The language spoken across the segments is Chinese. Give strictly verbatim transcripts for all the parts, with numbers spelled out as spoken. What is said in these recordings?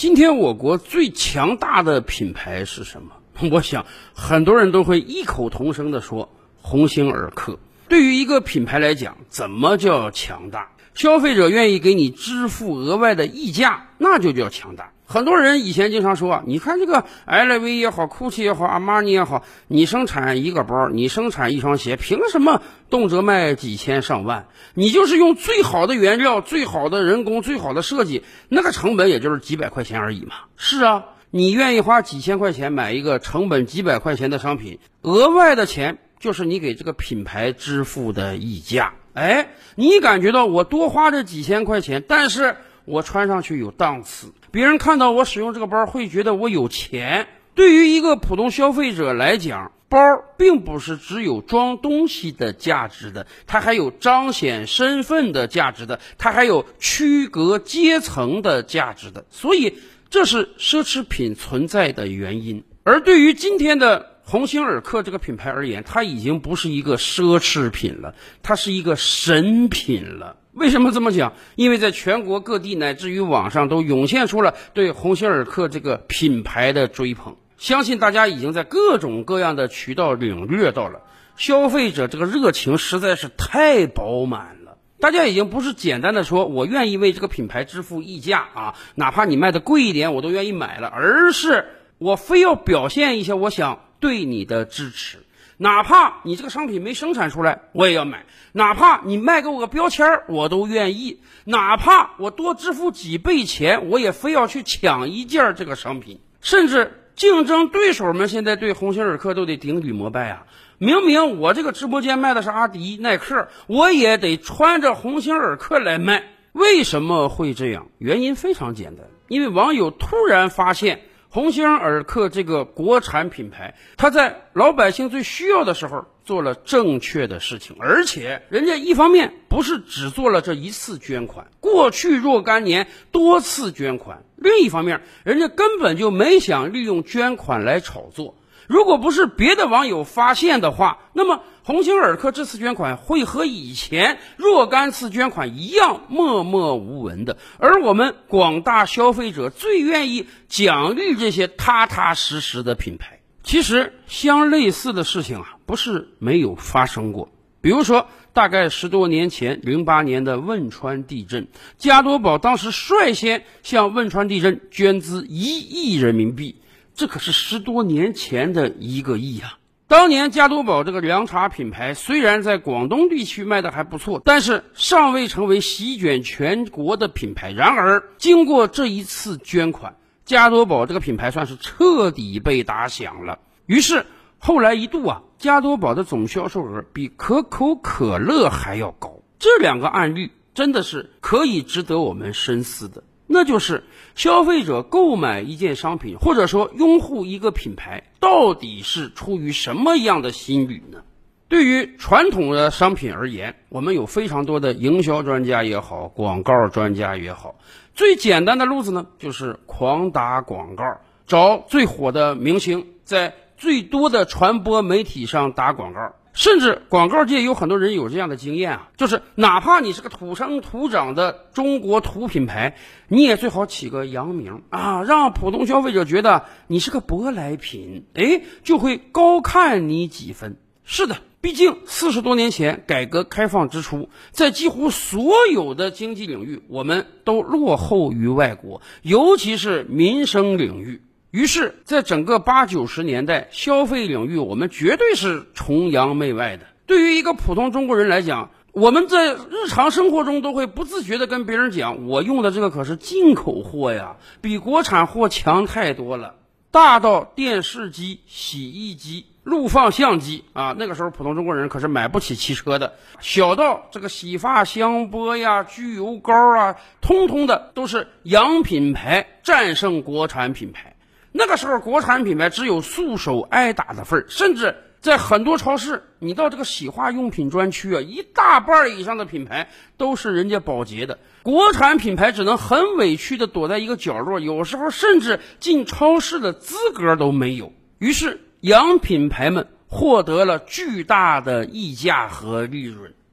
今天我国最强大的品牌是什么？我想很多人都会异口同声地说鸿星尔克。对于一个品牌来讲，怎么叫强大？消费者愿意给你支付额外的溢价，那就叫强大。很多人以前经常说啊，你看这个 L V 也好 Gucci 也好阿玛尼也好，你生产一个包，你生产一双鞋，凭什么动辄卖几千上万？你就是用最好的原料，最好的人工，最好的设计，那个成本也就是几百块钱而已嘛。是啊，你愿意花几千块钱买一个成本几百块钱的商品，额外的钱就是你给这个品牌支付的溢价。哎，你感觉到我多花这几千块钱，但是我穿上去有档次，别人看到我使用这个包会觉得我有钱。对于一个普通消费者来讲，包并不是只有装东西的价值的，它还有彰显身份的价值的，它还有区隔阶层的价值的，所以这是奢侈品存在的原因。而对于今天的鸿星尔克这个品牌而言，它已经不是一个奢侈品了，它是一个神品了。为什么这么讲？因为在全国各地乃至于网上都涌现出了对鸿星尔克这个品牌的追捧，相信大家已经在各种各样的渠道领略到了，消费者这个热情实在是太饱满了。大家已经不是简单的说我愿意为这个品牌支付溢价啊，哪怕你卖的贵一点我都愿意买了，而是我非要表现一下我想对你的支持，哪怕你这个商品没生产出来我也要买，哪怕你卖给我个标签我都愿意，哪怕我多支付几倍钱我也非要去抢一件这个商品。甚至竞争对手们现在对鸿星尔克都得顶礼膜拜啊！明明我这个直播间卖的是阿迪耐克，我也得穿着鸿星尔克来卖。为什么会这样？原因非常简单，因为网友突然发现鸿星尔克这个国产品牌，它在老百姓最需要的时候做了正确的事情，而且人家一方面不是只做了这一次捐款，过去若干年多次捐款，另一方面人家根本就没想利用捐款来炒作。如果不是别的网友发现的话，那么鸿星尔克这次捐款会和以前若干次捐款一样默默无闻的，而我们广大消费者最愿意奖励这些踏踏实实的品牌。其实相类似的事情啊，不是没有发生过。比如说大概十多年前零八年的汶川地震，加多宝当时率先向汶川地震捐资一亿人民币，这可是十多年前的一个亿啊！当年加多宝这个凉茶品牌虽然在广东地区卖的还不错，但是尚未成为席卷全国的品牌。然而经过这一次捐款，加多宝这个品牌算是彻底被打响了。于是后来一度啊，加多宝的总销售额比可口可乐还要高。这两个案例真的是可以值得我们深思的。那就是消费者购买一件商品，或者说拥护一个品牌，到底是出于什么样的心理呢？对于传统的商品而言，我们有非常多的营销专家也好，广告专家也好，最简单的路子呢，就是狂打广告，找最火的明星，在最多的传播媒体上打广告。甚至广告界有很多人有这样的经验啊，就是哪怕你是个土生土长的中国土品牌，你也最好起个洋名啊，让普通消费者觉得你是个舶来品，哎，就会高看你几分。是的，毕竟四十多年前改革开放之初，在几乎所有的经济领域我们都落后于外国，尤其是民生领域。于是在整个八九十年代，消费领域我们绝对是崇洋媚外的。对于一个普通中国人来讲，我们在日常生活中都会不自觉地跟别人讲，我用的这个可是进口货呀，比国产货强太多了。大到电视机、洗衣机、录放相机啊，那个时候普通中国人可是买不起汽车的。小到这个洗发香波呀、焗油膏啊，通通的都是洋品牌战胜国产品牌。那个时候国产品牌只有束手挨打的份儿，甚至在很多超市，你到这个洗化用品专区啊，一大半以上的品牌都是人家宝洁的，国产品牌只能很委屈的躲在一个角落，有时候甚至进超市的资格都没有。于是洋品牌们获得了巨大的溢价和利润。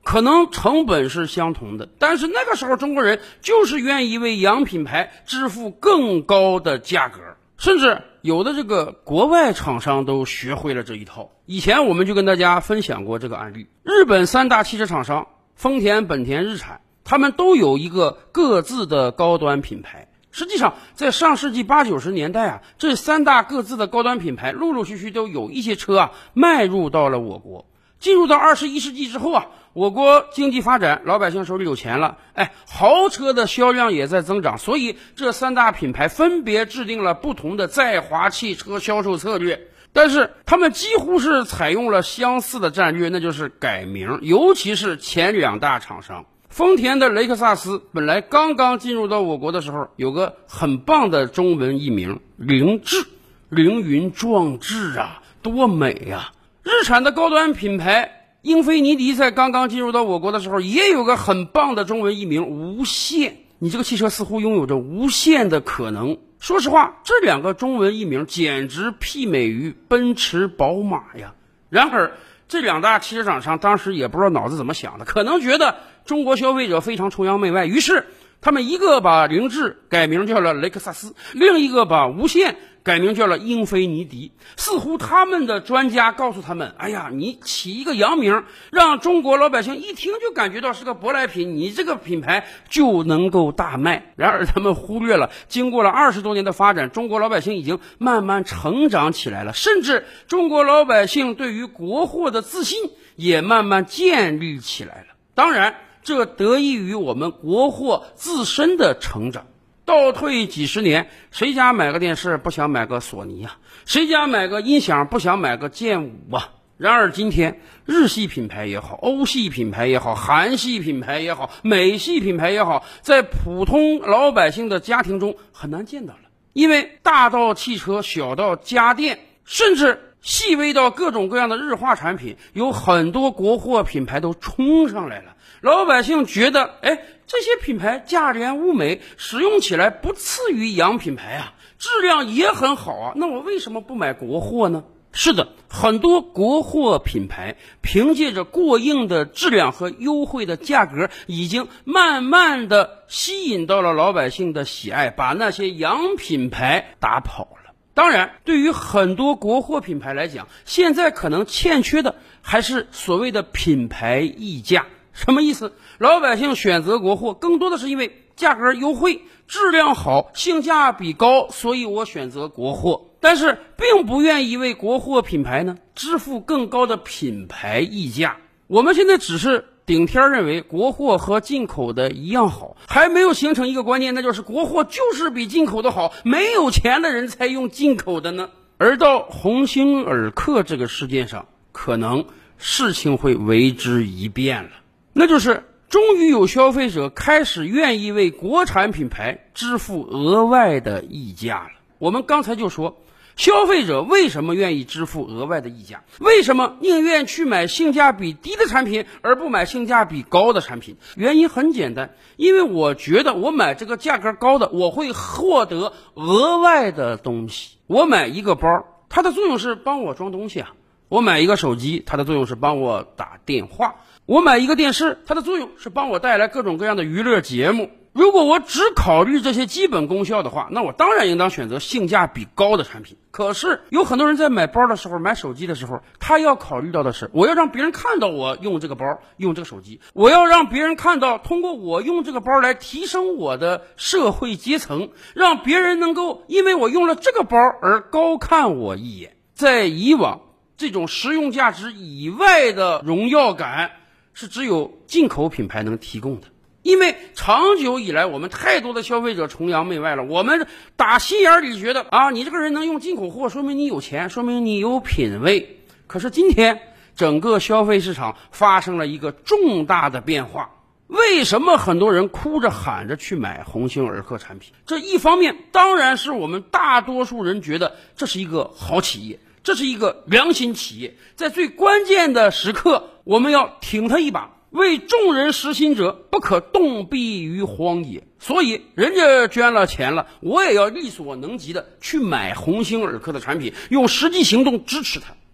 可能成本是相同的，但是那个时候中国人就是愿意为洋品牌支付更高的价格，甚至有的这个国外厂商都学会了这一套。以前我们就跟大家分享过这个案例，日本三大汽车厂商丰田、本田、日产，他们都有一个各自的高端品牌。实际上在上世纪八九十年代啊，这三大各自的高端品牌陆陆续续都有一些车啊迈入到了我国。进入到二十一世纪之后啊，我国经济发展，老百姓手里有钱了，哎，豪车的销量也在增长，所以这三大品牌分别制定了不同的在华汽车销售策略。但是他们几乎是采用了相似的战略，那就是改名，尤其是前两大厂商。丰田的雷克萨斯本来刚刚进入到我国的时候，有个很棒的中文译名凌志，凌云壮志啊，多美啊！日产的高端品牌英菲尼迪在刚刚进入到我国的时候，也有个很棒的中文译名无限。你这个汽车似乎拥有着无限的可能。说实话，这两个中文译名简直媲美于奔驰、宝马呀。然而这两大汽车厂商当时也不知道脑子怎么想的，可能觉得中国消费者非常崇洋媚外，于是他们一个把凌志改名叫了雷克萨斯，另一个把无限改名叫了英菲尼迪。似乎他们的专家告诉他们，哎呀，你起一个洋名，让中国老百姓一听就感觉到是个舶来品，你这个品牌就能够大卖。然而他们忽略了，经过了二十多年的发展，中国老百姓已经慢慢成长起来了，甚至中国老百姓对于国货的自信也慢慢建立起来了。当然这得益于我们国货自身的成长。倒退几十年，谁家买个电视不想买个索尼啊？谁家买个音响不想买个剑舞啊？然而今天日系品牌也好，欧系品牌也好，韩系品牌也好，美系品牌也好，在普通老百姓的家庭中很难见到了。因为大到汽车，小到家电，甚至细微到各种各样的日化产品，有很多国货品牌都冲上来了。老百姓觉得，哎，这些品牌价廉物美，使用起来不次于洋品牌啊，质量也很好啊，那我为什么不买国货呢？是的，很多国货品牌凭借着过硬的质量和优惠的价格，已经慢慢的吸引到了老百姓的喜爱，把那些洋品牌打跑了。当然，对于很多国货品牌来讲，现在可能欠缺的还是所谓的品牌溢价。什么意思？老百姓选择国货更多的是因为价格优惠、质量好、性价比高，所以我选择国货。但是并不愿意为国货品牌呢支付更高的品牌溢价。我们现在只是顶天认为国货和进口的一样好，还没有形成一个观念，那就是国货就是比进口的好，没有钱的人才用进口的呢。而到鸿星尔克这个事件上，可能事情会为之一变了，那就是终于有消费者开始愿意为国产品牌支付额外的溢价了。我们刚才就说，消费者为什么愿意支付额外的溢价？为什么宁愿去买性价比低的产品而不买性价比高的产品？原因很简单，因为我觉得我买这个价格高的，我会获得额外的东西。我买一个包，它的作用是帮我装东西啊；我买一个手机，它的作用是帮我打电话；我买一个电视，它的作用是帮我带来各种各样的娱乐节目。如果我只考虑这些基本功效的话，那我当然应当选择性价比高的产品。可是有很多人在买包的时候，买手机的时候，他要考虑到的是，我要让别人看到我用这个包，用这个手机，我要让别人看到通过我用这个包来提升我的社会阶层，让别人能够因为我用了这个包而高看我一眼。在以往，这种实用价值以外的荣耀感是只有进口品牌能提供的。因为长久以来我们太多的消费者崇洋媚外了，我们打心眼里觉得啊，你这个人能用进口货，说明你有钱，说明你有品位。可是今天整个消费市场发生了一个重大的变化，为什么很多人哭着喊着去买鸿星尔克产品？这一方面当然是我们大多数人觉得这是一个好企业，这是一个良心企业，在最关键的时刻我们要挺他一把，为众人实心者不可动臂于荒野。所以人家捐了钱了，我也要力所能及的去买鸿星尔克的产品，用实际行动支持他。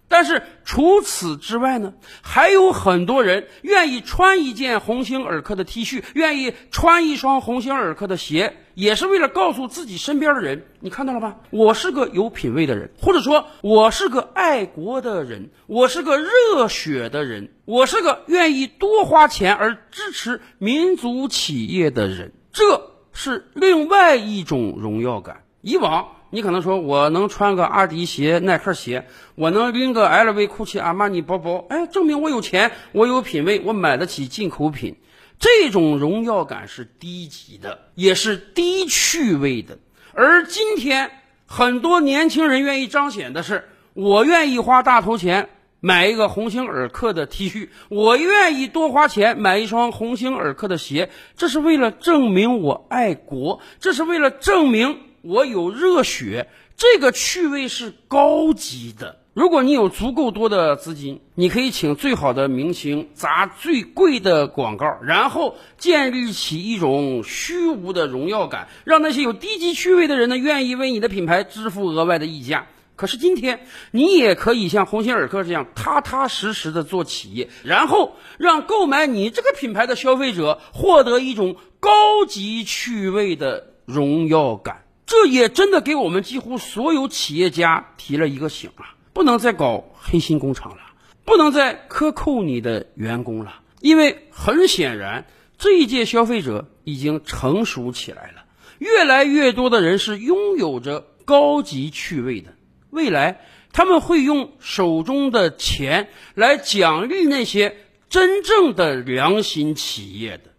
但是除此之外呢，还有很多人愿意穿一件鸿星尔克的 T 恤，愿意穿一双鸿星尔克的鞋，也是为了告诉自己身边的人，你看到了吧，我是个有品位的人，或者说我是个爱国的人，我是个热血的人，我是个愿意多花钱而支持民族企业的人。这是另外一种荣耀感。以往你可能说我能穿个阿迪鞋、耐克鞋，我能拎个 L V、酷奇、阿玛尼包包，哎，证明我有钱，我有品位，我买得起进口品。这种荣耀感是低级的，也是低趣味的。而今天很多年轻人愿意彰显的是，我愿意花大头钱买一个鸿星尔克的 T 恤，我愿意多花钱买一双鸿星尔克的鞋，这是为了证明我爱国，这是为了证明我有热血，这个趣味是高级的。如果你有足够多的资金，你可以请最好的明星砸最贵的广告，然后建立起一种虚无的荣耀感，让那些有低级趣味的人呢愿意为你的品牌支付额外的溢价。可是今天你也可以像鸿星尔克这样踏踏实实的做企业，然后让购买你这个品牌的消费者获得一种高级趣味的荣耀感。这也真的给我们几乎所有企业家提了一个醒啊，不能再搞黑心工厂了，不能再克扣你的员工了。因为很显然这一届消费者已经成熟起来了，越来越多的人是拥有着高级趣味的，未来他们会用手中的钱来奖励那些真正的良心企业的。